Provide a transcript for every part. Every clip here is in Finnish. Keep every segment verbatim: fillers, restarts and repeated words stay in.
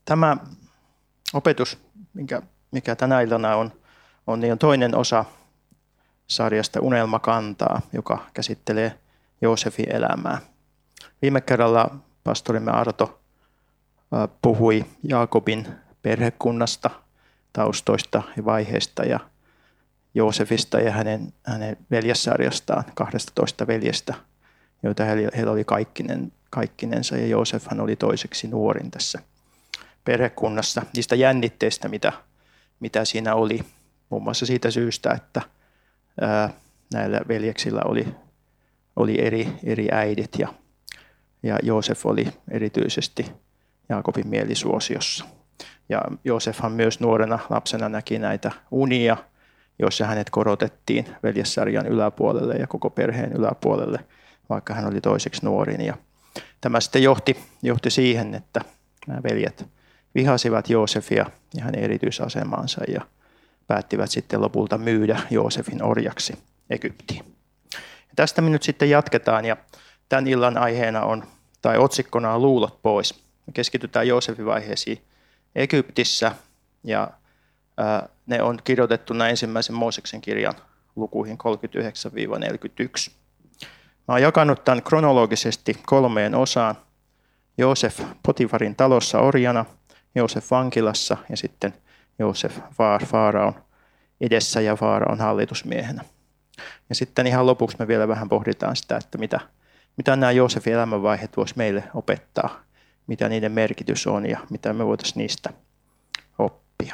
Tämä opetus, mikä, mikä tänä iltana on, on niin toinen osa sarjasta Unelma kantaa, joka käsittelee Joosefin elämää. Viime kerralla pastorimme Arto puhui Jaakobin perhekunnasta, taustoista ja vaiheista ja Joosefista ja hänen, hänen veljessarjastaan, kahdestatoista veljestä, joita heillä oli kaikkinen, kaikkinensa, ja Joosefhan oli toiseksi nuorin tässä perhekunnassa. Niistä jännitteistä, mitä, mitä siinä oli, muun muassa siitä syystä, että ää, näillä veljeksillä oli, oli eri, eri äidit, ja, ja Joosef oli erityisesti Jaakobin mielisuosiossa. Ja Joosefhan myös nuorena lapsena näki näitä unia, joissa hänet korotettiin veljessarjan yläpuolelle ja koko perheen yläpuolelle, vaikka hän oli toiseksi nuorin. Ja tämä sitten johti, johti siihen, että nämä veljet vihasivat Joosefia ja hänen erityisasemaansa ja päättivät sitten lopulta myydä Joosefin orjaksi Egyptiin. Ja tästä me nyt sitten jatketaan, ja tämän illan aiheena on, tai otsikkona on Luulot pois. Me keskitytään Joosefin vaiheisiin Egyptissä, ja ää, ne on kirjoitettuna ensimmäisen Mooseksen kirjan lukuihin kolmekymmentäyhdeksän neljäkymmentäyksi. Mä oon jakanut tämän kronologisesti kolmeen osaan. Joosef Potifarin talossa orjana, Joosef vankilassa ja sitten Joosef Faaraon edessä ja Faaraon hallitusmiehenä. Ja sitten ihan lopuksi me vielä vähän pohditaan sitä, että mitä, mitä nämä Joosefin elämänvaiheet voisi meille opettaa, mitä niiden merkitys on ja mitä me voitaisiin niistä oppia.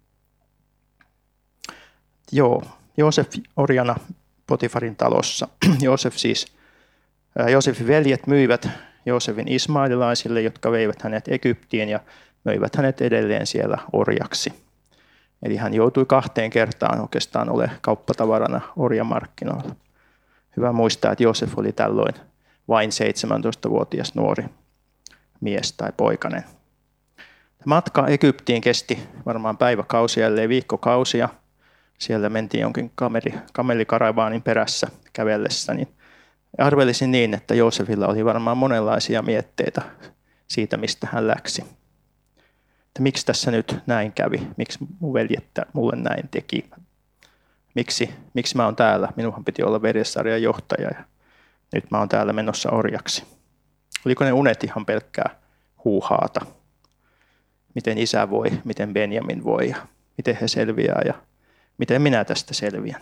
Joo, Joosef orjana Potifarin talossa. Joosef siis, ää, Joosefin veljet myivät Joosefin ismaililaisille, jotka veivät hänet Egyptiin ja möivät hänet edelleen siellä orjaksi. Eli hän joutui kahteen kertaan oikeastaan olemaan kauppatavarana orjamarkkinoilla. Hyvä muistaa, että Joosef oli tällöin vain seitsemäntoistavuotias nuori mies tai poikanen. Matka Egyptiin kesti varmaan päiväkausia, ellei viikkokausia. Siellä mentiin jonkin kameli, kamelikarabaanin perässä kävellessä. Niin arvelisin niin, että Joosefilla oli varmaan monenlaisia mietteitä siitä, mistä hän läksi. Että miksi tässä nyt näin kävi? Miksi mun veljettä mulle näin teki? Miksi, miksi mä oon täällä? Minunhan piti olla veljessarjan johtaja ja nyt mä oon täällä menossa orjaksi. Oliko ne unet ihan pelkkää huuhaata? Miten isä voi, miten Benjamin voi ja miten he selviää ja miten minä tästä selviän?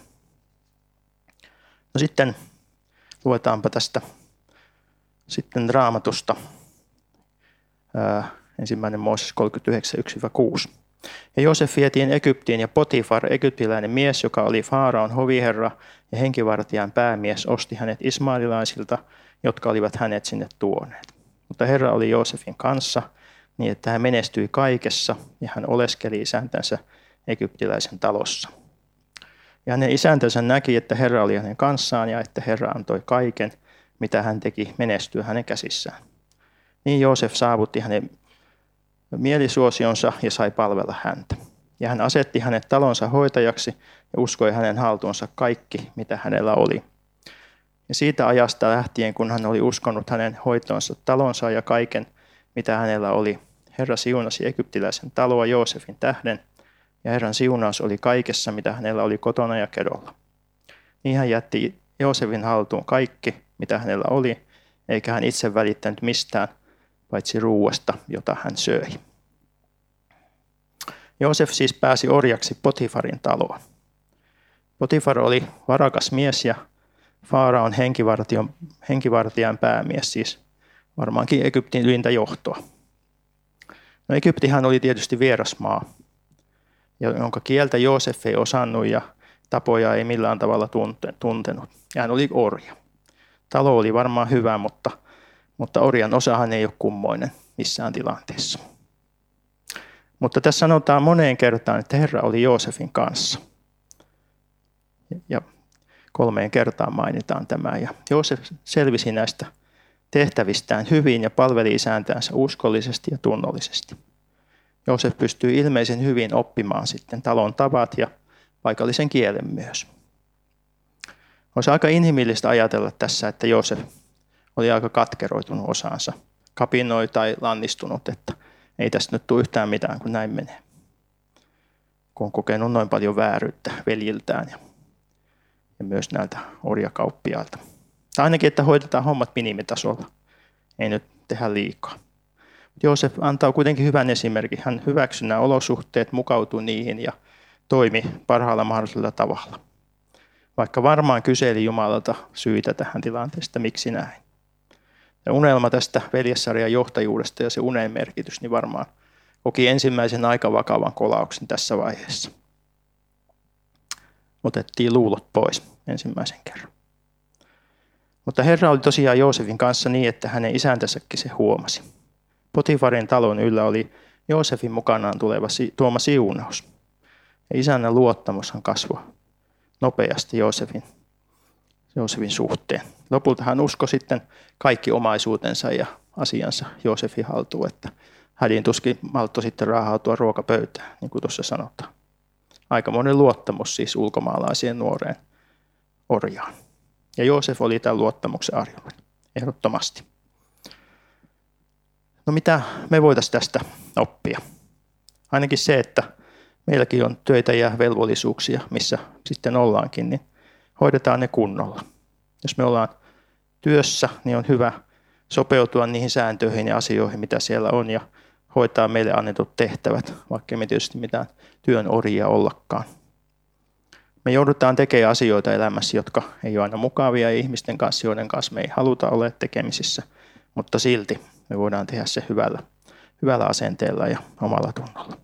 No sitten luetaanpa tästä sitten Raamatusta. Ää, ensimmäinen Mooses kolmekymmentäyhdeksän yksi kuusi. Ja Joosef vietiin Egyptiin ja Potifar, egyptiläinen mies, joka oli Faaraon hoviherra ja henkivartijan päämies, osti hänet ismaililaisilta, jotka olivat hänet sinne tuoneet. Mutta Herra oli Joosefin kanssa niin, että hän menestyi kaikessa ja hän oleskeli isäntänsä egyptiläisen talossa. Ja hänen isäntänsä näki, että Herra oli hänen kanssaan ja että Herra antoi kaiken, mitä hän teki, menestyä hänen käsissään. Niin Joosef saavutti hänen mielisuosionsa ja sai palvella häntä. Ja hän asetti hänet talonsa hoitajaksi ja uskoi hänen haltuunsa kaikki, mitä hänellä oli. Ja siitä ajasta lähtien, kun hän oli uskonut hänen hoitoonsa talonsa ja kaiken, mitä hänellä oli, Herra siunasi egyptiläisen taloa Joosefin tähden, ja Herran siunaus oli kaikessa, mitä hänellä oli kotona ja kedolla. Niin hän jätti Joosefin haltuun kaikki, mitä hänellä oli, eikä hän itse välittänyt mistään, paitsi ruuasta, jota hän söi. Joosef siis pääsi orjaksi Potifarin taloon. Potifar oli varakas mies ja Faaraon henkivartijan päämies, siis varmaankin Egyptin ylintä johtoa. No Egyptihän oli tietysti vieras maa, jonka kieltä Joosef ei osannut ja tapoja ei millään tavalla tuntenut. Ja hän oli orja. Talo oli varmaan hyvä, mutta, mutta orjan osahan ei ole kummoinen missään tilanteessa. Mutta tässä sanotaan moneen kertaan, että Herra oli Joosefin kanssa. Ja kolmeen kertaan mainitaan tämä. Ja Joosef selvisi näistä tehtävistään hyvin ja palveli isäntänsä uskollisesti ja tunnollisesti. Joosef pystyi ilmeisen hyvin oppimaan sitten talon tavat ja paikallisen kielen myös. Olisi aika inhimillistä ajatella tässä, että Joosef oli aika katkeroitunut osaansa, kapinoi tai lannistunut, että ei tästä nyt tule yhtään mitään, kun näin menee. Kun on kokenut noin paljon vääryyttä veljiltään ja, ja myös näiltä orjakauppiailta. Tai ainakin, että hoidetaan hommat minimitasolla. Ei nyt tehdä liikaa. Joosef antaa kuitenkin hyvän esimerkin. Hän hyväksyi nämä olosuhteet, mukautui niihin ja toimi parhaalla mahdollisella tavalla. Vaikka varmaan kyseli Jumalalta syitä tähän tilanteesta, miksi näin. Ja unelma tästä veljessarjan johtajuudesta ja se unen merkitys, niin varmaan koki ensimmäisen aika vakavan kolauksen tässä vaiheessa. Otettiin luulot pois ensimmäisen kerran. Mutta Herra oli tosiaan Joosefin kanssa niin, että hänen isäntänsäkin se huomasi. Potifarin talon yllä oli Joosefin mukanaan tuleva tuoma siunaus. Ja isännän luottamushan kasvoi nopeasti Joosefin, Joosefin suhteen. Lopulta hän uskoi sitten kaikki omaisuutensa ja asiansa Joosefin haltuun, että hädin tuskin malttoi sitten raahautua ruokapöytään, niin kuin tuossa sanotaan. Aikamoinen luottamus siis ulkomaalaiseen nuoreen orjaan. Ja Joosef oli tämän luottamuksen arvoinen, ehdottomasti. No mitä me voitaisiin tästä oppia? Ainakin se, että meilläkin on töitä ja velvollisuuksia, missä sitten ollaankin, niin hoidetaan ne kunnolla. Jos me ollaan työssä, niin on hyvä sopeutua niihin sääntöihin ja asioihin, mitä siellä on, ja hoitaa meille annetut tehtävät, vaikka me tietysti mitään työn orjia ollakaan. Me joudutaan tekemään asioita elämässä, jotka ei ole aina mukavia, ja ihmisten kanssa, joiden kanssa me ei haluta olla tekemisissä, mutta silti me voidaan tehdä se hyvällä, hyvällä asenteella ja omalla tunnolla.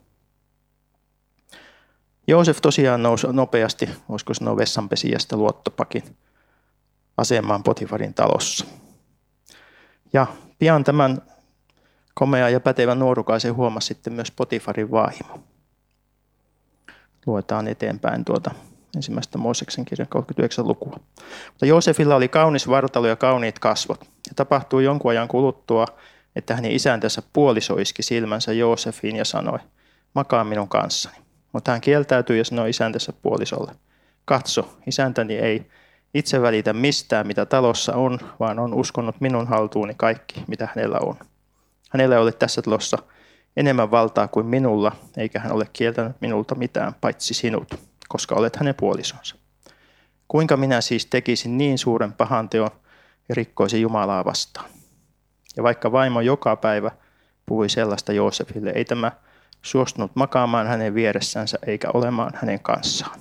Joosef tosiaan nousi nopeasti, voisiko sanoa vessanpesijästä luottopakin asemaan Potifarin talossa. Ja pian tämän komea ja pätevän nuorukaisen huomasi sitten myös Potifarin vaimo. Luetaan eteenpäin tuota ensimmäistä Mooseksen kirjan kolmekymmentäyhdeksän lukua. Mutta Joosefilla oli kaunis vartalo ja kauniit kasvot. Ja tapahtui jonkun ajan kuluttua, että hänen isäntänsä puoliso iski silmänsä Joosefiin ja sanoi, makaa minun kanssani. Mutta hän kieltäytyi ja sanoi isäntänsä puolisolle, katso, isäntäni ei itse välitä mistään, mitä talossa on, vaan on uskonut minun haltuuni kaikki, mitä hänellä on. Hänellä ei ole tässä talossa enemmän valtaa kuin minulla, eikä hän ole kieltänyt minulta mitään, paitsi sinut, koska olet hänen puolisonsa. Kuinka minä siis tekisin niin suuren pahan teon ja rikkoisin Jumalaa vastaan? Ja vaikka vaimo joka päivä puhui sellaista Joosefille, ei tämä suostunut makaamaan hänen vieressänsä eikä olemaan hänen kanssaan.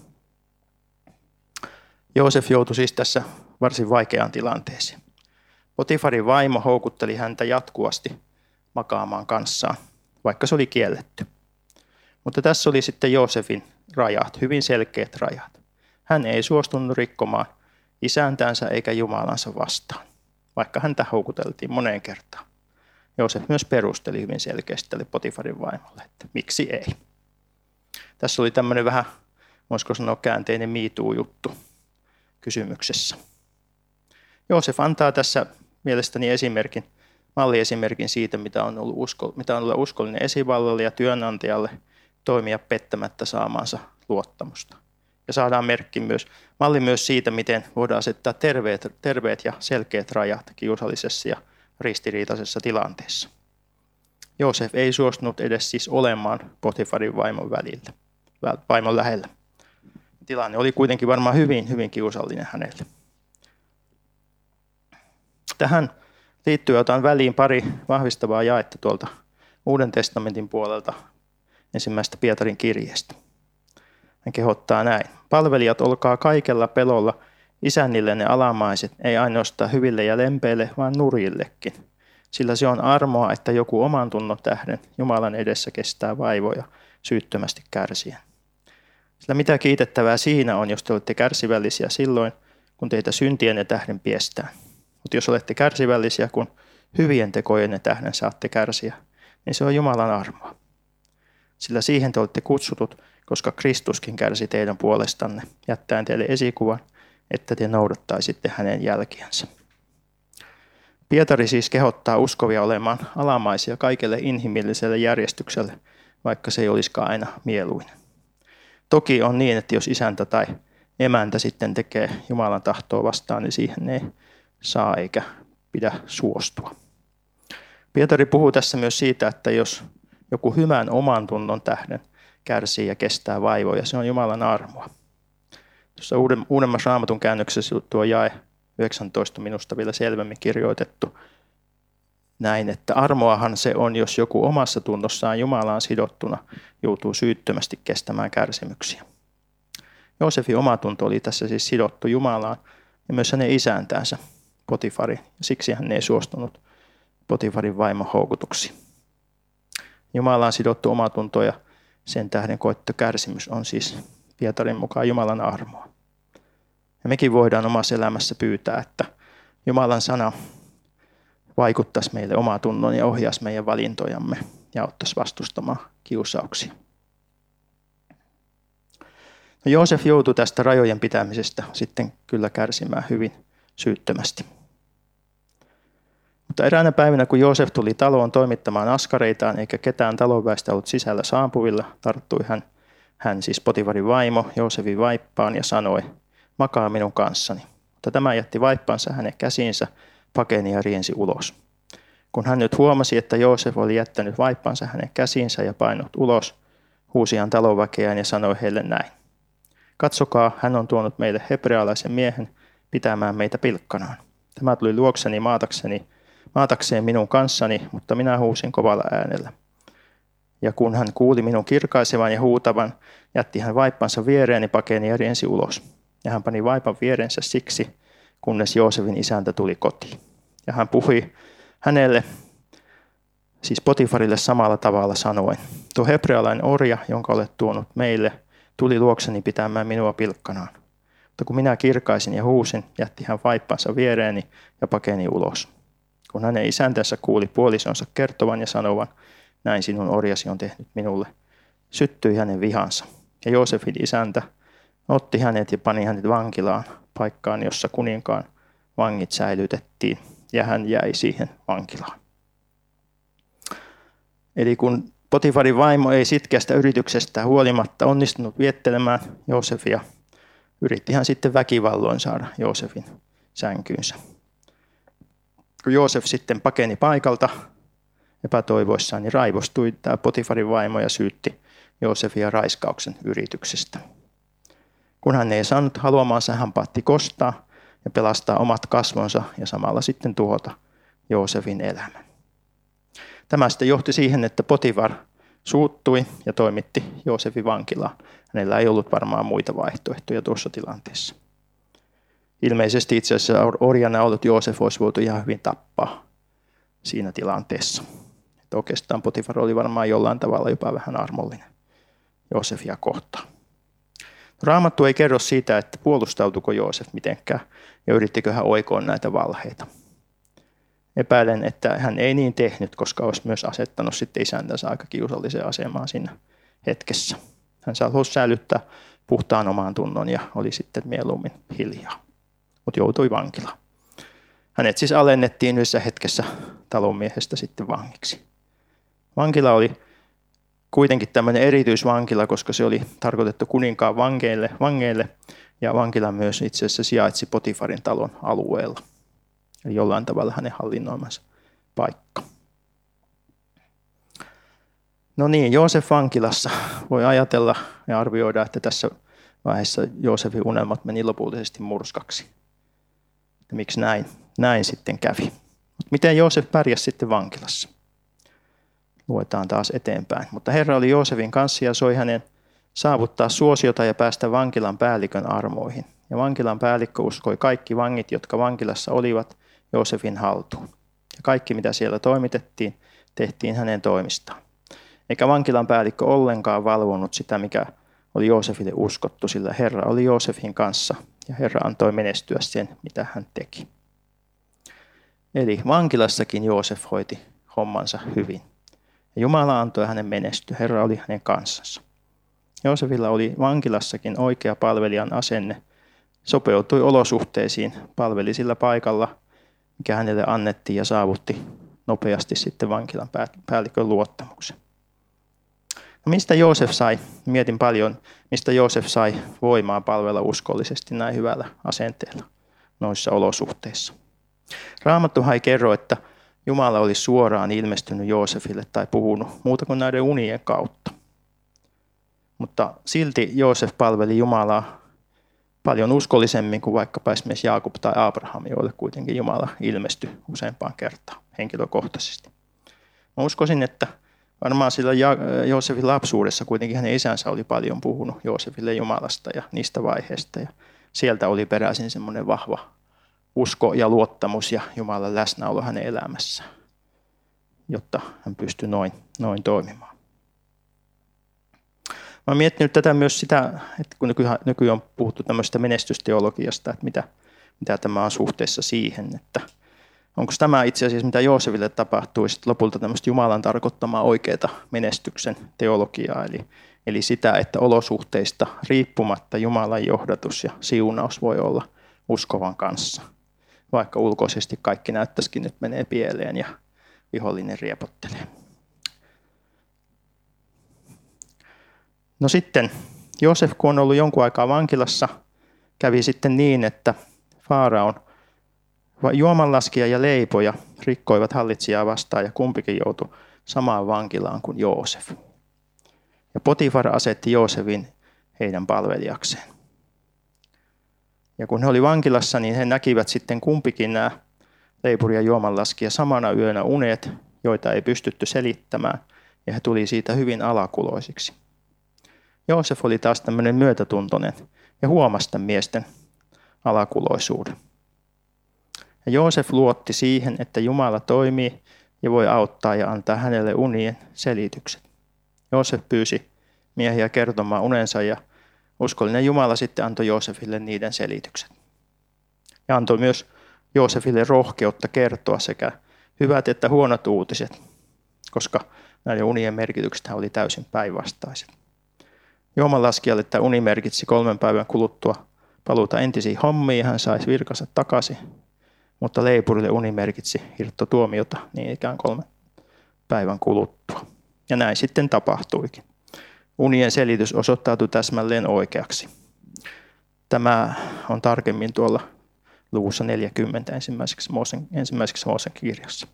Joosef joutui siis tässä varsin vaikeaan tilanteeseen. Potifarin vaimo houkutteli häntä jatkuvasti makaamaan kanssaan, vaikka se oli kielletty. Mutta tässä oli sitten Joosefin rajat, hyvin selkeät rajat. Hän ei suostunut rikkomaan isäntänsä eikä Jumalansa vastaan, vaikka häntä houkuteltiin moneen kertaan. Joosef myös perusteli hyvin selkeästi tälle Potifarin vaimolle, että miksi ei. Tässä oli tämmöinen vähän, voisiko sanoa käänteinen MeToo-juttu kysymyksessä. Joosef antaa tässä mielestäni esimerkin, malliesimerkin siitä, mitä on ollut, usko, mitä on ollut uskollinen esivallalle ja työnantajalle toimia pettämättä saamaansa luottamusta. Ja saadaan merkki myös, malli myös siitä, miten voidaan asettaa terveet, terveet ja selkeät rajat kiusallisessa ja ristiriitaisessa tilanteessa. Joosef ei suostunut edes siis olemaan Potifarin vaimon välillä, vaimon lähellä. Tilanne oli kuitenkin varmaan hyvin, hyvin kiusallinen hänelle. Tähän liittyy, otan väliin pari vahvistavaa jaetta tuolta Uuden testamentin puolelta ensimmäisestä Pietarin kirjeestä. Hän kehottaa näin. Palvelijat, olkaa kaikella pelolla isännillenne alamaiset, ei ainoastaan hyville ja lempeille, vaan nurjillekin. Sillä se on armoa, että joku oman tunnon tähden Jumalan edessä kestää vaivoja syyttömästi kärsien. Sillä mitä kiitettävää siinä on, jos te olette kärsivällisiä silloin, kun teitä syntienne tähden piestään. Mutta jos olette kärsivällisiä, kun hyvien tekojenne tähden saatte kärsiä, niin se on Jumalan armoa. Sillä siihen te olette kutsutut, koska Kristuskin kärsi teidän puolestanne, jättäen teille esikuvan, että te noudattaisitte hänen jälkiänsä. Pietari siis kehottaa uskovia olemaan alamaisia kaikelle inhimilliselle järjestykselle, vaikka se ei olisikaan aina mieluinen. Toki on niin, että jos isäntä tai emäntä sitten tekee Jumalan tahtoa vastaan, niin siihen ei saa eikä pidä suostua. Pietari puhuu tässä myös siitä, että jos Joku hyvän oman tunnon tähden kärsii ja kestää vaivoja. Se on Jumalan armoa. Tuossa uudemmassa Raamatun käännöksessä tuo jae yhdeksäntoista minusta vielä selvemmin kirjoitettu näin, että armoahan se on, jos joku omassa tunnossaan Jumalaan sidottuna joutuu syyttömästi kestämään kärsimyksiä. Joosefin omatunto oli tässä siis sidottu Jumalaan ja myös hänen isäntäänsä Potifari. Siksi hän ei suostunut Potifarin vaimon houkutuksiin. Jumalaan sidottu omatunto ja sen tähden koettu kärsimys on siis Pietarin mukaan Jumalan armoa. Ja mekin voidaan omassa elämässä pyytää, että Jumalan sana vaikuttaisi meille omatunnon ja ohjaisi meidän valintojamme ja auttaisi vastustamaan kiusauksia. No Joosef joutui tästä rajojen pitämisestä sitten kyllä kärsimään hyvin syyttömästi. Mutta eräänä päivänä, kun Joosef tuli taloon toimittamaan askareitaan, eikä ketään talonväestä ollut sisällä saapuvilla, tarttui hän, hän siis Potifarin vaimo, Joosefin vaippaan ja sanoi, makaa minun kanssani. Mutta tämä jätti vaippansa hänen käsiinsä, pakeni ja riensi ulos. Kun hän nyt huomasi, että Joosef oli jättänyt vaippansa hänen käsiinsä ja painut ulos, huusi hän talonväkeään ja sanoi heille näin. Katsokaa, hän on tuonut meille hebrealaisen miehen pitämään meitä pilkkanaan. Tämä tuli luokseni maatakseni, maatakseen minun kanssani, mutta minä huusin kovalla äänellä. Ja kun hän kuuli minun kirkaisevan ja huutavan, jätti hän vaippansa viereeni, pakeni ja riensi ulos. Ja hän pani vaipan vierensä siksi, kunnes Joosefin isäntä tuli kotiin. Ja hän puhui hänelle, siis Potifarille samalla tavalla sanoen, tuo hebrealainen orja, jonka olet tuonut meille, tuli luokseni pitämään minua pilkkanaan. Mutta kun minä kirkaisin ja huusin, jätti hän vaippansa viereeni ja pakeni ulos. Kun hänen isäntänsä kuuli puolisonsa kertovan ja sanovan, näin sinun orjasi on tehnyt minulle, syttyi hänen vihansa. Ja Joosefin isäntä otti hänet ja pani hänet vankilaan, paikkaan, jossa kuninkaan vangit säilytettiin, ja hän jäi siihen vankilaan. Eli kun Potifarin vaimo ei sitkeästä yrityksestä huolimatta onnistunut viettelemään Joosefia, yritti hän sitten väkivalloin saada Joosefin sänkyynsä. Kun Joosef sitten pakeni paikalta epätoivoissaan, niin raivostui tämä Potifarin vaimo ja syytti Joosefia raiskauksen yrityksestä. Kun hän ei saanut haluamaansa, hän päätti kostaa ja pelastaa omat kasvonsa ja samalla sitten tuhota Joosefin elämän. Tämä sitten johti siihen, että Potifar suuttui ja toimitti Joosefin vankilaan. Hänellä ei ollut varmaan muita vaihtoehtoja tuossa tilanteessa. Ilmeisesti itse asiassa orjana ollut Joosef olisi voitu ihan hyvin tappaa siinä tilanteessa. Että oikeastaan Potifar oli varmaan jollain tavalla jopa vähän armollinen Joosefia kohtaan. Raamattu ei kerro siitä, että puolustautuiko Joosef mitenkään ja yrittikö hän oikoon näitä valheita. Epäilen, että hän ei niin tehnyt, koska olisi myös asettanut sitten isäntänsä aika kiusalliseen asemaan siinä hetkessä. Hän halusi säilyttää puhtaan omaan tunnon ja oli sitten mieluummin hiljaa, mutta joutui vankilaan. Hänet siis alennettiin yhdessä hetkessä talonmiehestä sitten vangiksi. Vankila oli kuitenkin tämmöinen erityisvankila, koska se oli tarkoitettu kuninkaan vangeille, vangeille ja vankila myös itse asiassa sijaitsi Potifarin talon alueella. Eli jollain tavalla hänen hallinnoimansa paikka. No niin, Joosef vankilassa. Voi ajatella ja arvioida, että tässä vaiheessa Joosefin unelmat meni lopullisesti murskaksi. Ja miksi näin? Näin sitten kävi. Mutta miten Joosef pärjäsi sitten vankilassa? Luetaan taas eteenpäin. Mutta Herra oli Joosefin kanssa ja soi hänen saavuttaa suosiota ja päästä vankilan päällikön armoihin. Ja vankilan päällikkö uskoi kaikki vangit, jotka vankilassa olivat, Joosefin haltuun. Ja kaikki, mitä siellä toimitettiin, tehtiin hänen toimistaan. Eikä vankilan päällikkö ollenkaan valvonut sitä, mikä oli Joosefille uskottu, sillä Herra oli Joosefin kanssa ja Herra antoi menestyä sen, mitä hän teki. Eli vankilassakin Joosef hoiti hommansa hyvin. Ja Jumala antoi hänen menestyä, Herra oli hänen kanssansa. Joosefilla oli vankilassakin oikea palvelijan asenne, sopeutui olosuhteisiin, palveli sillä paikalla, mikä hänelle annettiin ja saavutti nopeasti sitten vankilan päällikön luottamuksen. No mistä Joosef sai, mietin paljon, mistä Joosef sai voimaa palvella uskollisesti näin hyvällä asenteella noissa olosuhteissa. Raamattuhan ei kerro, että Jumala oli suoraan ilmestynyt Joosefille tai puhunut muuta kuin näiden unien kautta. Mutta silti Joosef palveli Jumalaa paljon uskollisemmin kuin vaikkapa esimerkiksi Jaakob tai Abraham, joille kuitenkin Jumala ilmestyi useampaan kertaan henkilökohtaisesti. Mä uskoisin, että varmaan sillä Joosefin lapsuudessa kuitenkin hänen isänsä oli paljon puhunut Joosefille Jumalasta ja niistä vaiheista. Ja sieltä oli peräisin semmoinen vahva usko ja luottamus ja Jumalan läsnäolo hänen elämässään, jotta hän pystyi noin, noin toimimaan. Mä oon miettinyt tätä myös sitä, että kun nykyään, nykyään on puhuttu tämmöistä menestysteologiasta, että mitä, mitä tämä on suhteessa siihen, että onko tämä itse asiassa, mitä Joosefille tapahtui, lopulta tämmöistä Jumalan tarkoittamaa oikeaa menestyksen teologiaa, eli, eli sitä, että olosuhteista riippumatta Jumalan johdatus ja siunaus voi olla uskovan kanssa, vaikka ulkoisesti kaikki näyttäisikin, että menee pieleen ja vihollinen riepottelee. No sitten, Joosef, kun on ollut jonkun aikaa vankilassa, kävi sitten niin, että Faaraon juomanlaskija ja leipoja rikkoivat hallitsijaa vastaan ja kumpikin joutui samaan vankilaan kuin Joosef. Ja Potifar asetti Joosefin heidän palvelijakseen. Ja kun he oli vankilassa, niin he näkivät sitten kumpikin nämä leipuri ja juomanlaskija samana yönä unet, joita ei pystytty selittämään, ja he tuli siitä hyvin alakuloisiksi. Joosef oli taas tämmöinen myötätuntoinen ja huomasi tämän miesten alakuloisuuden. Ja Joosef luotti siihen, että Jumala toimii ja voi auttaa ja antaa hänelle unien selitykset. Joosef pyysi miehiä kertomaan unensa ja uskollinen Jumala sitten antoi Joosefille niiden selitykset. Ja antoi myös Joosefille rohkeutta kertoa sekä hyvät että huonot uutiset, koska näiden unien merkitykset oli täysin päinvastaiset. Juomanlaskijalle tämä uni merkitsi kolmen päivän kuluttua paluuta entisiin hommiin ja hän saisi virkansa takaisin. Mutta leipurille uni merkitsi hirttotuomiota niin ikään kolmen päivän kuluttua. Ja näin sitten tapahtuikin. Unien selitys osoittautui täsmälleen oikeaksi. Tämä on tarkemmin tuolla luvussa neljäkymmentä ensimmäiseksi Moosen, ensimmäiseksi Moosen kirjassa.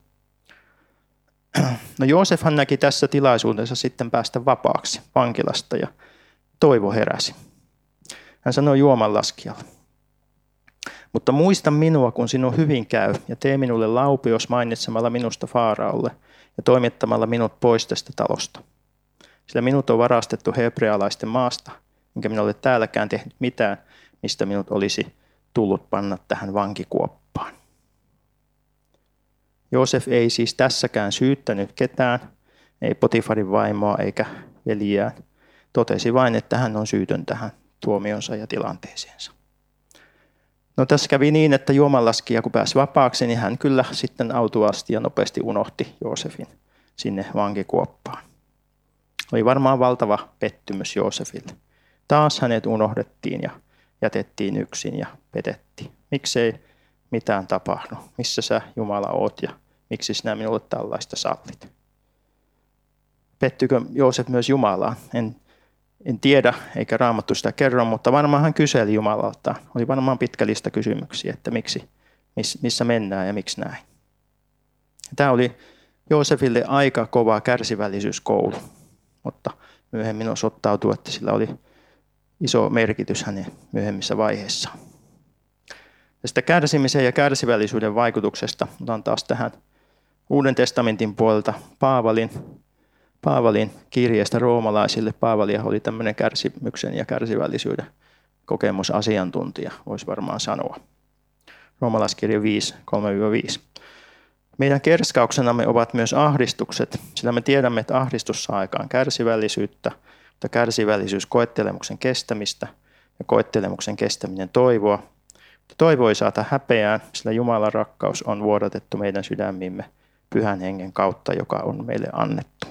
No Joosefhan näki tässä tilaisuudessa sitten päästä vapaaksi vankilasta ja toivo heräsi. Hän sanoi juomanlaskijalle: mutta muista minua, kun sinun hyvin käy, ja tee minulle laupios mainitsemalla minusta Faaraolle ja toimittamalla minut pois tästä talosta. Sillä minut on varastettu hebrealaisten maasta, enkä minä ole täälläkään tehnyt mitään, mistä minut olisi tullut panna tähän vankikuoppaan. Joosef ei siis tässäkään syyttänyt ketään, ei Potifarin vaimoa eikä veljiään. Totesi vain, että hän on syytön tähän tuomionsa ja tilanteeseensa. No tässä kävi niin, että juomanlaskija kun pääsi vapaaksi, niin hän kyllä sitten autuaasti ja nopeasti unohti Joosefin sinne vankikuoppaan. Oli varmaan valtava pettymys Joosefille. Taas hänet unohdettiin ja jätettiin yksin ja petettiin. Miksei mitään tapahdu? Missä sä, Jumala, oot ja miksi sinä minulle tällaista sallit? Pettykö Joosef myös Jumalaan? En, en tiedä, eikä Raamattu sitä kerro, mutta varmaan hän kyseli Jumalalta. Oli varmaan pitkä lista kysymyksiä, että miksi, missä mennään ja miksi näin. Tämä oli Joosefille aika kova kärsivällisyyskoulu, mutta myöhemmin osoittautui, että sillä oli iso merkitys hänen myöhemmissä vaiheissaan. Tästä kärsimisen ja kärsivällisyyden vaikutuksesta otan taas tähän Uuden testamentin puolelta Paavalin, Paavalin kirjeestä roomalaisille. Paavalia oli tämmöinen kärsimyksen ja kärsivällisyyden kokemusasiantuntija, voisi varmaan sanoa. Roomalaiskirja viisi, kolme viisi. Meidän kerskauksenamme ovat myös ahdistukset, sillä me tiedämme, että ahdistus saa aikaan kärsivällisyyttä, mutta kärsivällisyys koettelemuksen kestämistä ja koettelemuksen kestäminen toivoa. Toivo ei saata häpeään, sillä Jumalan rakkaus on vuodatettu meidän sydämimme Pyhän Hengen kautta, joka on meille annettu.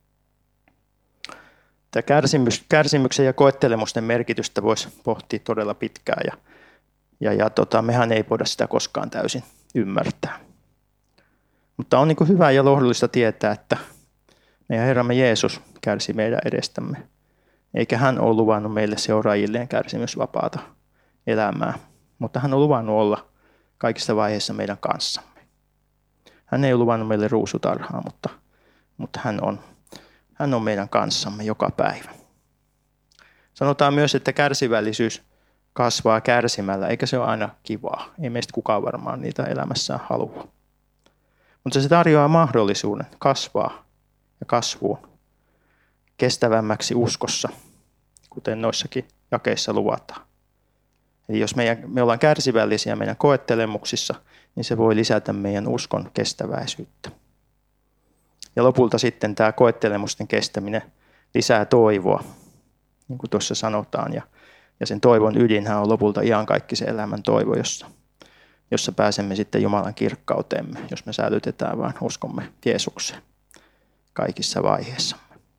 Tämä kärsimys, kärsimyksen ja koettelemusten merkitystä voisi pohtia todella pitkään, ja, ja, ja tota, mehän ei voida sitä koskaan täysin ymmärtää. Mutta on niin kuin hyvä ja lohdullista tietää, että meidän Herramme Jeesus kärsi meidän edestämme, eikä hän ole luvannut meille seuraajilleen kärsimysvapaata elämää, mutta hän on luvannut olla kaikissa vaiheissa meidän kanssamme. Hän ei luvannut meille ruusutarhaa, mutta, mutta hän, on, hän on meidän kanssamme joka päivä. Sanotaan myös, että kärsivällisyys kasvaa kärsimällä, eikä se ole aina kivaa. Ei meistä kukaan varmaan niitä elämässään halua. Mutta se tarjoaa mahdollisuuden kasvaa ja kasvuun kestävämmäksi uskossa, kuten noissakin jakeissa luvataan. Eli jos meidän, me ollaan kärsivällisiä meidän koettelemuksissa, niin se voi lisätä meidän uskon kestäväisyyttä. Ja lopulta sitten tämä koettelemusten kestäminen lisää toivoa, niin kuin tuossa sanotaan. Ja, ja sen toivon ydinhän on lopulta iankaikkisen elämän toivo, jossa, jossa pääsemme sitten Jumalan kirkkauteemme, jos me säilytetään vain uskomme Jeesukseen kaikissa vaiheissa.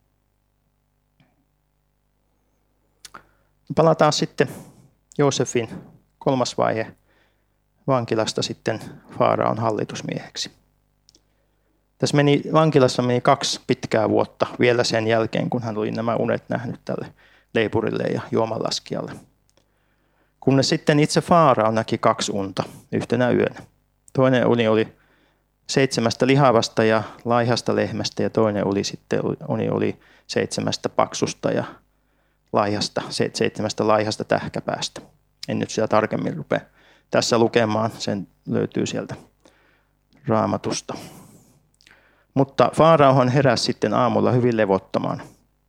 Palataan sitten Joosefin kolmas vaihe vankilasta sitten Faaraon hallitusmieheksi. Tässä meni, vankilassa meni kaksi pitkää vuotta vielä sen jälkeen, kun hän oli nämä unet nähnyt tälle leipurille ja juomanlaskijalle. Kunnes sitten itse Faarao näki kaksi unta yhtenä yönä. Toinen uni oli seitsemästä lihavasta ja laihasta lehmästä ja toinen uni sitten uni oli seitsemästä paksusta ja laihasta, seitsemästä laihasta tähkäpäästä. En nyt sitä tarkemmin rupea tässä lukemaan, sen löytyy sieltä Raamatusta. Mutta Faaraohan heräsi sitten aamulla hyvin levottomaan.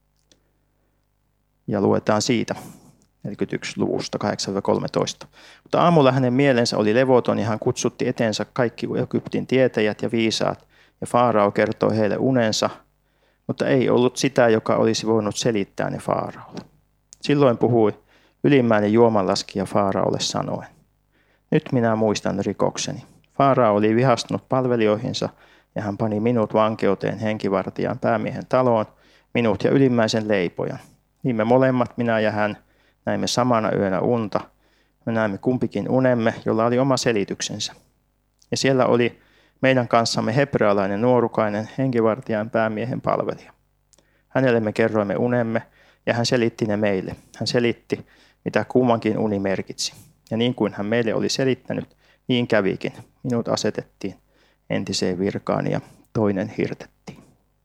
Ja luetaan siitä neljäkymmentäyksi luvusta kahdeksan kolmetoista. Mutta aamulla hänen mielensä oli levoton ja hän kutsutti eteensä kaikki Egyptin tietäjät ja viisaat. Ja Faarao kertoi heille unensa, mutta ei ollut sitä, joka olisi voinut selittää ne Faaraolle. Silloin puhui ylimmäinen juomanlaskija Faaraolle sanoen: nyt minä muistan rikokseni. Faarao oli vihastunut palvelijoihinsa ja hän pani minut vankeuteen henkivartijan päämiehen taloon, minut ja ylimmäisen leipojan. Niin me molemmat, minä ja hän, näimme samana yönä unta. Me näimme kumpikin unemme, jolla oli oma selityksensä. Ja siellä oli meidän kanssamme hebrealainen nuorukainen henkivartijan päämiehen palvelija. Hänelle me kerroimme unemme ja hän selitti ne meille. Hän selitti, mitä kummankin uni merkitsi. Ja niin kuin hän meille oli selittänyt, niin kävikin. Minut asetettiin entiseen virkaan ja toinen hirtettiin.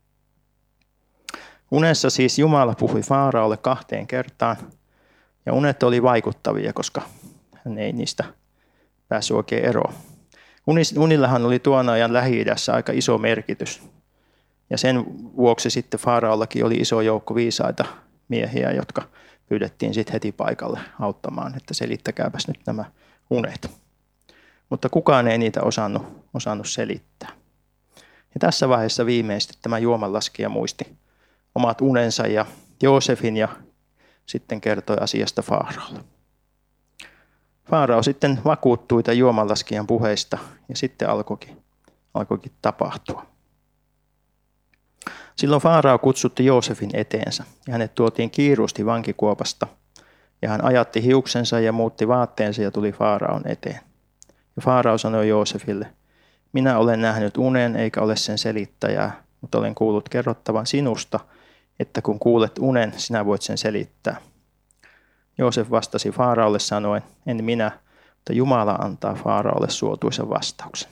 Unessa siis Jumala puhui Faaraolle kahteen kertaan. Ja unet oli vaikuttavia, koska hän ei niistä päässyt oikein eroon. Unillahan oli tuon ajan Lähi-idässä aika iso merkitys. Ja sen vuoksi sitten Faaraollakin oli iso joukko viisaita miehiä, jotka pyydettiin sitten heti paikalle auttamaan, että selittäkääpäs nyt nämä unet. Mutta kukaan ei niitä osannut, osannut selittää. Ja tässä vaiheessa viimeisesti tämä juomanlaskija muisti omat unensa ja Joosefin ja sitten kertoi asiasta Faaraolle. Faarao sitten vakuuttui tämän juomanlaskijan puheista ja sitten alkoikin, alkoikin tapahtua. Silloin Faarao kutsutti Joosefin eteensä ja hänet tuotiin kiiruusti vankikuopasta ja hän ajatti hiuksensa ja muutti vaatteensa ja tuli Faaraon eteen. Ja Faarao sanoi Joosefille: minä olen nähnyt unen eikä ole sen selittäjää, mutta olen kuullut kerrottavan sinusta, että kun kuulet unen, sinä voit sen selittää. Joosef vastasi Faaraolle sanoen: en minä, mutta Jumala antaa Faaraolle suotuisen vastauksen.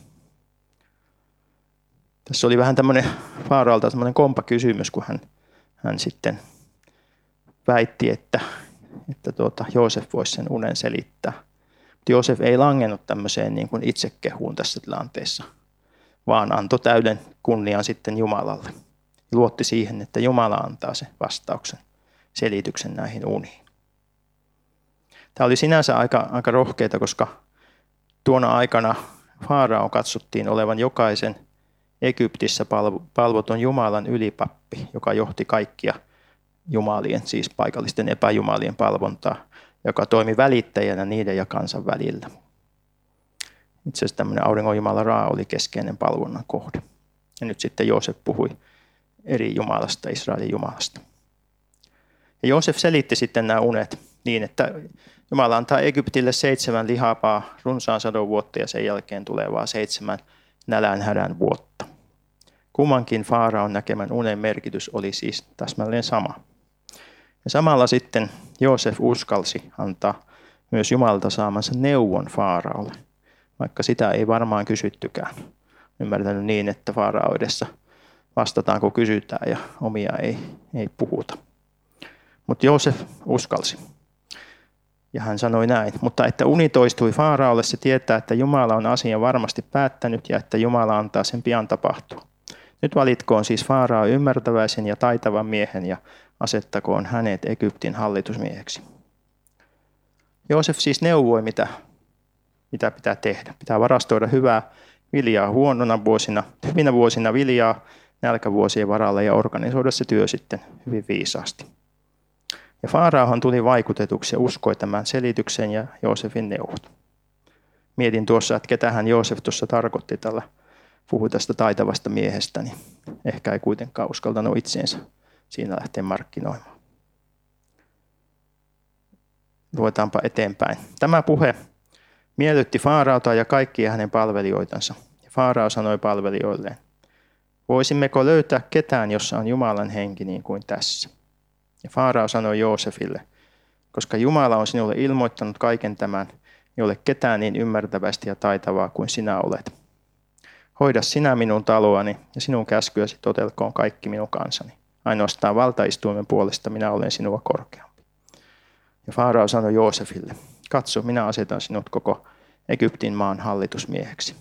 Tässä oli vähän tämmöinen Faaraolta tämmöinen kompa kysymys, kun hän, hän sitten väitti, että, että tuota, Joosef voisi sen unen selittää. Mutta Joosef ei langennut tämmöiseen niin kuin itsekehuun tässä tilanteessa, vaan antoi täyden kunnian sitten Jumalalle. Ja luotti siihen, että Jumala antaa sen vastauksen, selityksen näihin uniin. Tämä oli sinänsä aika, aika rohkeita, koska tuona aikana Faaraon katsottiin olevan jokaisen Egyptissä palvotun Jumalan ylipappi, joka johti kaikkia jumalien, siis paikallisten epäjumalien palvontaa, joka toimi välittäjänä niiden ja kansan välillä. Itse asiassa tämmöinen auringonjumala Ra oli keskeinen palvonnan kohde. Ja nyt sitten Joosef puhui eri jumalasta, Israelin jumalasta. Ja Joosef selitti sitten nämä unet niin, että Jumala antaa Egyptille seitsemän lihapaa runsaan sadon vuotta ja sen jälkeen tulee vaan seitsemän nälänhädän vuotta. Kummankin Faaraon näkemän unen merkitys oli siis täsmälleen sama. Ja samalla sitten Joosef uskalsi antaa myös Jumalalta saamansa neuvon Faaraolle, vaikka sitä ei varmaan kysyttykään. ymmärtänyt niin, että Faarao edessä vastataan, kun kysytään ja omia ei, ei puhuta. Mutta Joosef uskalsi. Ja hän sanoi näin, mutta että uni toistui Faaraolle, se tietää, että Jumala on asian varmasti päättänyt ja että Jumala antaa sen pian tapahtua. Nyt valitkoon siis Faarao ymmärtäväisen ja taitavan miehen ja asettakoon hänet Egyptin hallitusmieheksi. Joosef siis neuvoi, mitä, mitä pitää tehdä. Pitää varastoida hyvää viljaa huonona vuosina, hyvinä vuosina viljaa nälkävuosien varalla ja organisoida se työ sitten hyvin viisaasti. Ja Faaraohan tuli vaikutetuksi ja uskoi tämän selityksen ja Joosefin neuvot. Mietin tuossa, että ketähän Joosef tuossa tarkoitti tällä, puhui tästä taitavasta miehestä, niin ehkä ei kuitenkaan uskaltanut itseensä siinä lähteä markkinoimaan. Luetaanpa eteenpäin. Tämä puhe miellytti Faaraota ja kaikkia hänen palvelijoitansa. Ja Faarao sanoi palvelijoilleen, voisimmeko löytää ketään, jossa on Jumalan henki niin kuin tässä? Ja Faarao sanoi Joosefille, koska Jumala on sinulle ilmoittanut kaiken tämän, ei ole ketään niin ymmärtävästi ja taitavaa kuin sinä olet. Hoida sinä minun taloani ja sinun käskyäsi totelkoon kaikki minun kansani. Ainoastaan valtaistuimen puolesta minä olen sinua korkeampi. Ja Faarao sanoi Joosefille, katso, minä asetan sinut koko Egyptin maan hallitusmieheksi.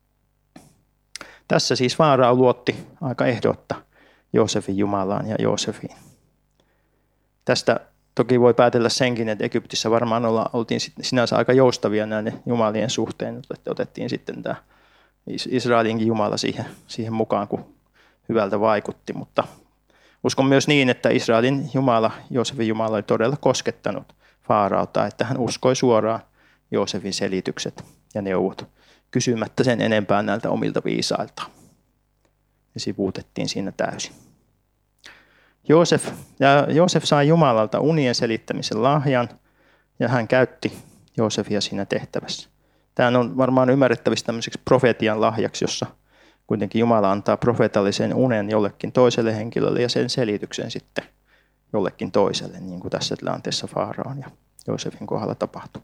Tässä siis Faarao luotti aika ehdotta Joosefin Jumalaan ja Joosefiin. Tästä toki voi päätellä senkin, että Egyptissä varmaan olla, oltiin sinänsä aika joustavia näiden jumalien suhteen, että otettiin sitten tämä Israelinkin Jumala siihen, siihen mukaan, kun hyvältä vaikutti. Mutta uskon myös niin, että Israelin Jumala, Joosefin Jumala, oli todella koskettanut Faaraota, että hän uskoi suoraan Joosefin selitykset ja neuvot, kysymättä sen enempää näiltä omilta viisailtaan. Ja sivuutettiin siinä täysin. Joosef, ja Joosef sai Jumalalta unien selittämisen lahjan ja hän käytti Joosefia siinä tehtävässä. Tämä on varmaan ymmärrettävissä tämmöiseksi profetian lahjaksi, jossa kuitenkin Jumala antaa profeetallisen unen jollekin toiselle henkilölle ja sen selityksen sitten jollekin toiselle, niin kuin tässä tilanteessa Faaraon ja Joosefin kohdalla tapahtui.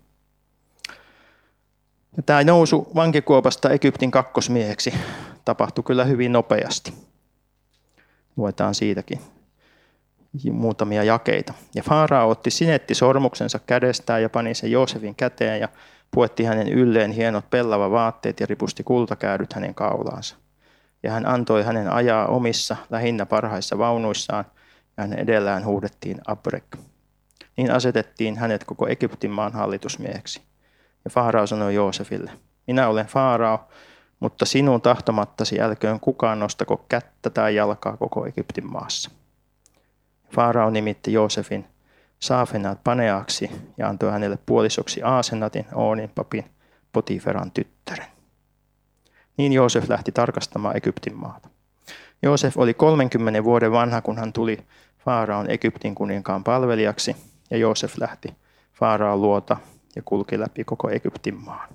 Ja tämä nousu vankikuopasta Egyptin kakkosmieheksi tapahtui kyllä hyvin nopeasti. Luetaan siitäkin muutamia jakeita. Ja Faarao otti sinettisormuksensa kädestään ja pani sen Joosefin käteen ja puetti hänen ylleen hienot pellava vaatteet ja ripusti kultakäydyt hänen kaulaansa. Ja hän antoi hänen ajaa omissa, lähinnä parhaissa vaunuissaan, ja hänen edellään huudettiin Abrek. Niin asetettiin hänet koko Egyptin maan hallitusmieheksi. Ja Faarao sanoi Joosefille, minä olen Faarao, mutta sinun tahtomattasi älköön kukaan nostako kättä tai jalkaa koko Egyptin maassa. Faarao nimitti Joosefin Saafenat Paneaksi ja antoi hänelle puolisoksi Aasenatin, Oonin papin, Potiferan tyttären. Niin Joosef lähti tarkastamaan Egyptin maata. Joosef oli kolmenkymmenen vuoden vanha, kun hän tuli Faaraon Egyptin kuninkaan palvelijaksi, ja Joosef lähti Faaraon luota ja kulki läpi koko Egyptin maan.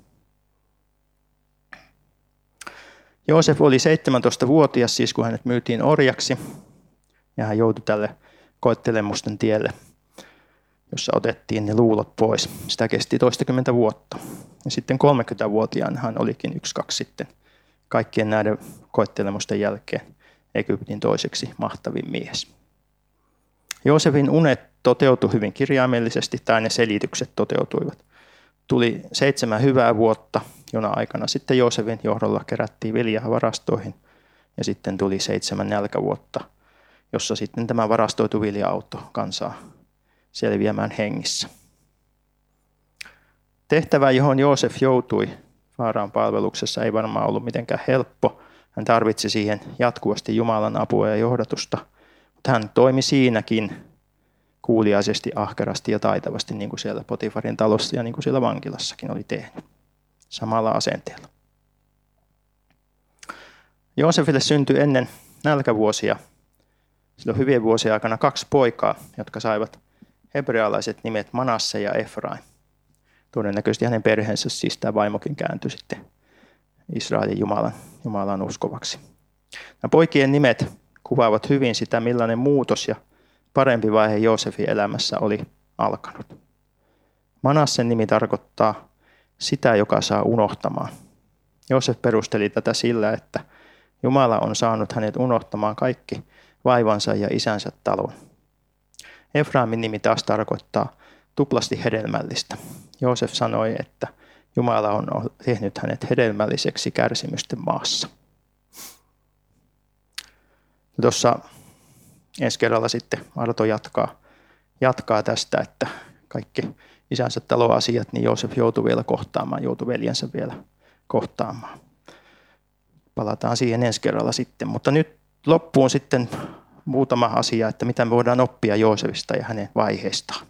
Joosef oli seitsemäntoistavuotias siis, kun hänet myytiin orjaksi, ja hän joutui tälle koettelemusten tielle, jossa otettiin ne luulot pois. Sitä kesti toistakymmentä vuotta. Ja sitten kolmekymmentävuotiaana hän olikin yksi kaksi sitten kaikkien näiden koettelemusten jälkeen Egyptin toiseksi mahtavin mies. Joosefin unet toteutui hyvin kirjaimellisesti, tai ne selitykset toteutuivat. Tuli seitsemän hyvää vuotta, jona aikana sitten Joosefin johdolla kerättiin viljaa varastoihin, ja sitten tuli seitsemän nälkävuotta, jossa sitten tämä varastoitu vilja auttoi kansaa selviämään hengissä. Tehtävä, johon Joosef joutui Faaraon palveluksessa, ei varmaan ollut mitenkään helppo. Hän tarvitsi siihen jatkuvasti Jumalan apua ja johdatusta, mutta hän toimi siinäkin kuuliaisesti, ahkerasti ja taitavasti, niin kuin siellä Potifarin talossa ja niin kuin siellä vankilassakin oli tehnyt, samalla asenteella. Joosefille syntyi ennen nälkävuosia, silloin hyvien vuosien aikana, kaksi poikaa, jotka saivat hebrealaiset nimet Manasse ja Efraim. Todennäköisesti hänen perheensä, siis tämä vaimokin kääntyi sitten Israelin Jumalan, Jumalan uskovaksi. Nämä poikien nimet kuvaavat hyvin sitä, millainen muutos ja parempi vaihe Joosefin elämässä oli alkanut. Manassen nimi tarkoittaa sitä, joka saa unohtamaan. Joosef perusteli tätä sillä, että Jumala on saanut hänet unohtamaan kaikki vaivansa ja isänsä talon. Efraimin nimi taas tarkoittaa tuplasti hedelmällistä. Joosef sanoi, että Jumala on tehnyt hänet hedelmälliseksi kärsimysten maassa. Tuossa ensi kerralla sitten Arto jatkaa, jatkaa tästä, että kaikki isänsä taloasiat, niin Joosef joutui vielä kohtaamaan, joutui veljensä vielä kohtaamaan. Palataan siihen ensi kerralla sitten, mutta nyt loppuun sitten muutama asia, että mitä me voidaan oppia Joosefista ja hänen vaiheistaan.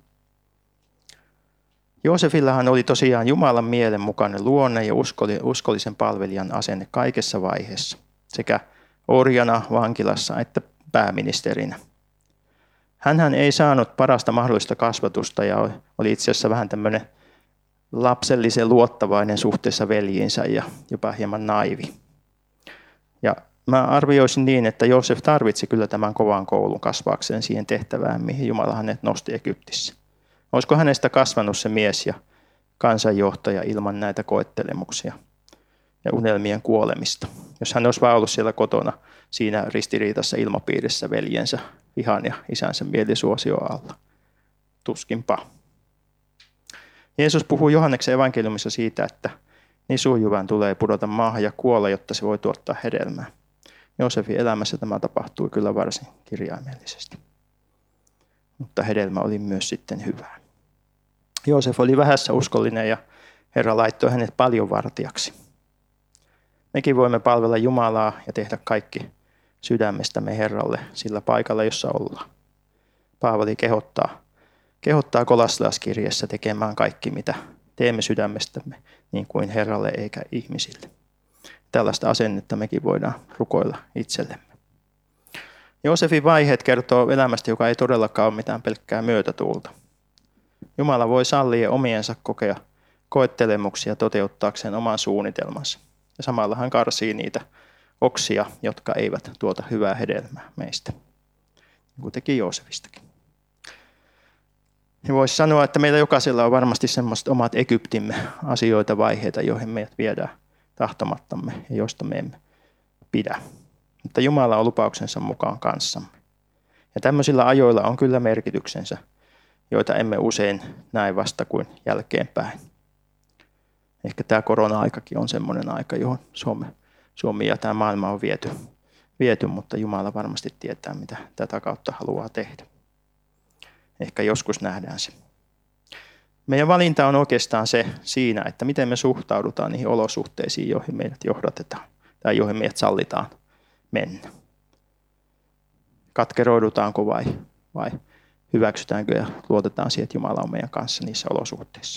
Joosefillahan oli tosiaan Jumalan mielen mukainen luonne ja uskollisen palvelijan asenne kaikessa vaiheessa, sekä orjana, vankilassa että pääministerinä. Hänhän ei saanut parasta mahdollista kasvatusta ja oli itse asiassa vähän tämmöinen lapsellisen luottavainen suhteessa veljiinsä ja jopa hieman naivi. Ja mä arvioisin niin, että Joosef tarvitsi kyllä tämän kovan koulun kasvaakseen siihen tehtävään, mihin Jumala hänet nosti Egyptissä. Olisiko hänestä kasvanut se mies ja kansanjohtaja ilman näitä koettelemuksia ja unelmien kuolemista? Jos hän olisi vaan ollut siellä kotona siinä ristiriitassa ilmapiirissä veljensä vihan ja isänsä mielisuosio alla. Tuskinpa. Jeesus puhuu Johanneksen evankeliumissa siitä, että nisujuvan tulee pudota maahan ja kuolla, jotta se voi tuottaa hedelmää. Joosefin elämässä tämä tapahtui kyllä varsin kirjaimellisesti. Mutta hedelmä oli myös sitten hyvää. Joosef oli vähässä uskollinen ja Herra laittoi hänet paljon vartijaksi. Mekin voimme palvella Jumalaa ja tehdä kaikki sydämestämme Herralle sillä paikalla, jossa ollaan. Paavali kehottaa, kehottaa Kolossalaiskirjeessä tekemään kaikki, mitä teemme sydämestämme, niin kuin Herralle eikä ihmisille. Tällaista asennetta mekin voidaan rukoilla itsellemme. Joosefin vaiheet kertoo elämästä, joka ei todellakaan ole mitään pelkkää myötätuulta. Jumala voi sallia omiensa kokea koettelemuksia toteuttaakseen oman suunnitelmansa. Ja samalla hän karsii niitä oksia, jotka eivät tuota hyvää hedelmää meistä, niin kuin teki Joosefistakin. Ja voisi sanoa, että meillä jokaisella on varmasti semmoiset omat Egyptimme asioita, vaiheita, joihin meidät viedään tahtomattamme ja joista me emme pidä. Mutta Jumala on lupauksensa mukaan kanssamme. Ja tämmöisillä ajoilla on kyllä merkityksensä, joita emme usein näe vasta kuin jälkeenpäin. Ehkä tämä korona-aikakin on semmoinen aika, johon Suomi, Suomi ja tämä maailma on viety, viety, mutta Jumala varmasti tietää, mitä tätä kautta haluaa tehdä. Ehkä joskus nähdään se. Meidän valinta on oikeastaan se siinä, että miten me suhtaudutaan niihin olosuhteisiin, joihin meidät johdatetaan tai joihin meidät sallitaan mennä. Katkeroidutaanko vai, vai hyväksytäänkö ja luotetaan siihen, että Jumala on meidän kanssa niissä olosuhteissa.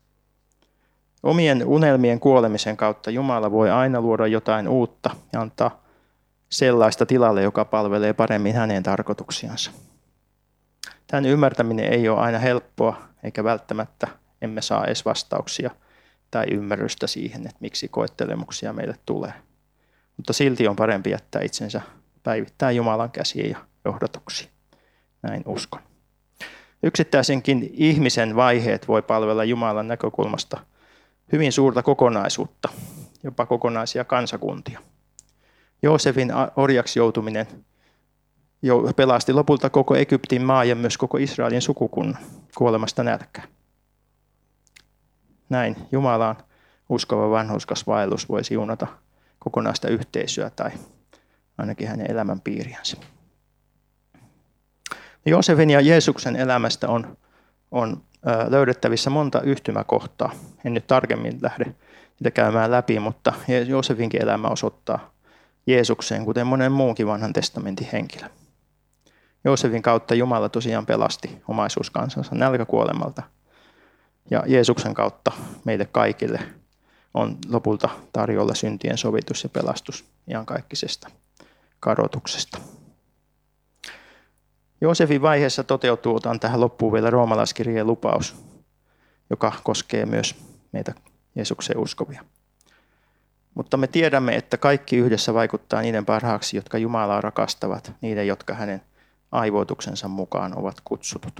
Omien unelmien kuolemisen kautta Jumala voi aina luoda jotain uutta ja antaa sellaista tilalle, joka palvelee paremmin hänen tarkoituksiansa. Tämän ymmärtäminen ei ole aina helppoa, eikä välttämättä emme saa edes vastauksia tai ymmärrystä siihen, että miksi koettelemuksia meille tulee. Mutta silti on parempi jättää itsensä päivittää Jumalan käsiin ja johdatuksiin. Näin uskon. Yksittäisenkin ihmisen vaiheet voi palvella Jumalan näkökulmasta hyvin suurta kokonaisuutta, jopa kokonaisia kansakuntia. Joosefin orjaksi joutuminen pelasti lopulta koko Egyptin maa ja myös koko Israelin sukukunnan kuolemasta nälkään. Näin Jumalaan uskova vanhurskas vaellus voi siunata kokonaista yhteisöä tai ainakin hänen elämänpiiriänsä. Joosefin ja Jeesuksen elämästä on, on löydettävissä monta yhtymäkohtaa. En nyt tarkemmin lähde niitä käymään läpi, mutta Joosefinkin elämä osoittaa Jeesukseen, kuten monen muunkin vanhan testamentin henkilö. Joosefin kautta Jumala tosiaan pelasti omaisuuskansansa nälkäkuolemalta. Ja Jeesuksen kautta meille kaikille on lopulta tarjolla syntien sovitus ja pelastus iankaikkisesta kadotuksesta. Joosefin vaiheessa toteutuu, otan tähän loppuun vielä roomalaiskirjeen lupaus, joka koskee myös meitä Jeesukseen uskovia. Mutta me tiedämme, että kaikki yhdessä vaikuttaa niiden parhaaksi, jotka Jumalaa rakastavat, niiden, jotka hänen aivoituksensa mukaan ovat kutsutut.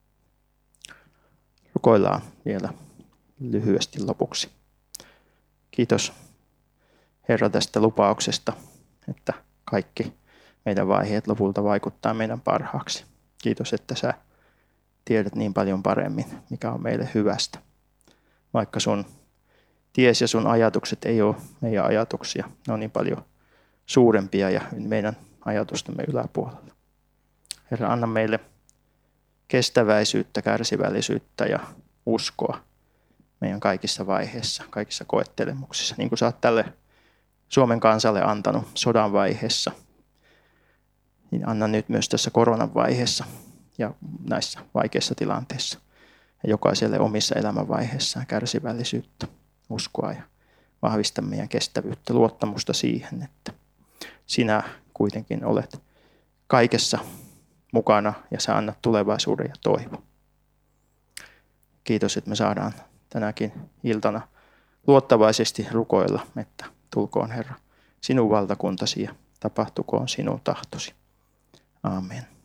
Rukoillaan vielä lyhyesti lopuksi. Kiitos Herra tästä lupauksesta, että kaikki meidän vaiheet lopulta vaikuttaa meidän parhaaksi. Kiitos, että sä tiedät niin paljon paremmin, mikä on meille hyvästä. Vaikka sun ties ja sun ajatukset ei ole meidän ajatuksia. Ne on niin paljon suurempia ja meidän ajatustamme yläpuolella. Herra, anna meille kestäväisyyttä, kärsivällisyyttä ja uskoa meidän kaikissa vaiheissa, kaikissa koettelemuksissa. Niin kuin sä oot tälle Suomen kansalle antanut sodan vaiheessa, niin anna nyt myös tässä koronan vaiheessa ja näissä vaikeissa tilanteissa ja jokaiselle omissa elämänvaiheissaan kärsivällisyyttä, uskoa ja vahvista meidän kestävyyttä, luottamusta siihen, että sinä kuitenkin olet kaikessa mukana ja sä annat tulevaisuuden ja toivon. Kiitos, että me saadaan tänäkin iltana luottavaisesti rukoilla, että tulkoon Herra sinun valtakuntasi ja tapahtukoon sinun tahtosi. Aamen.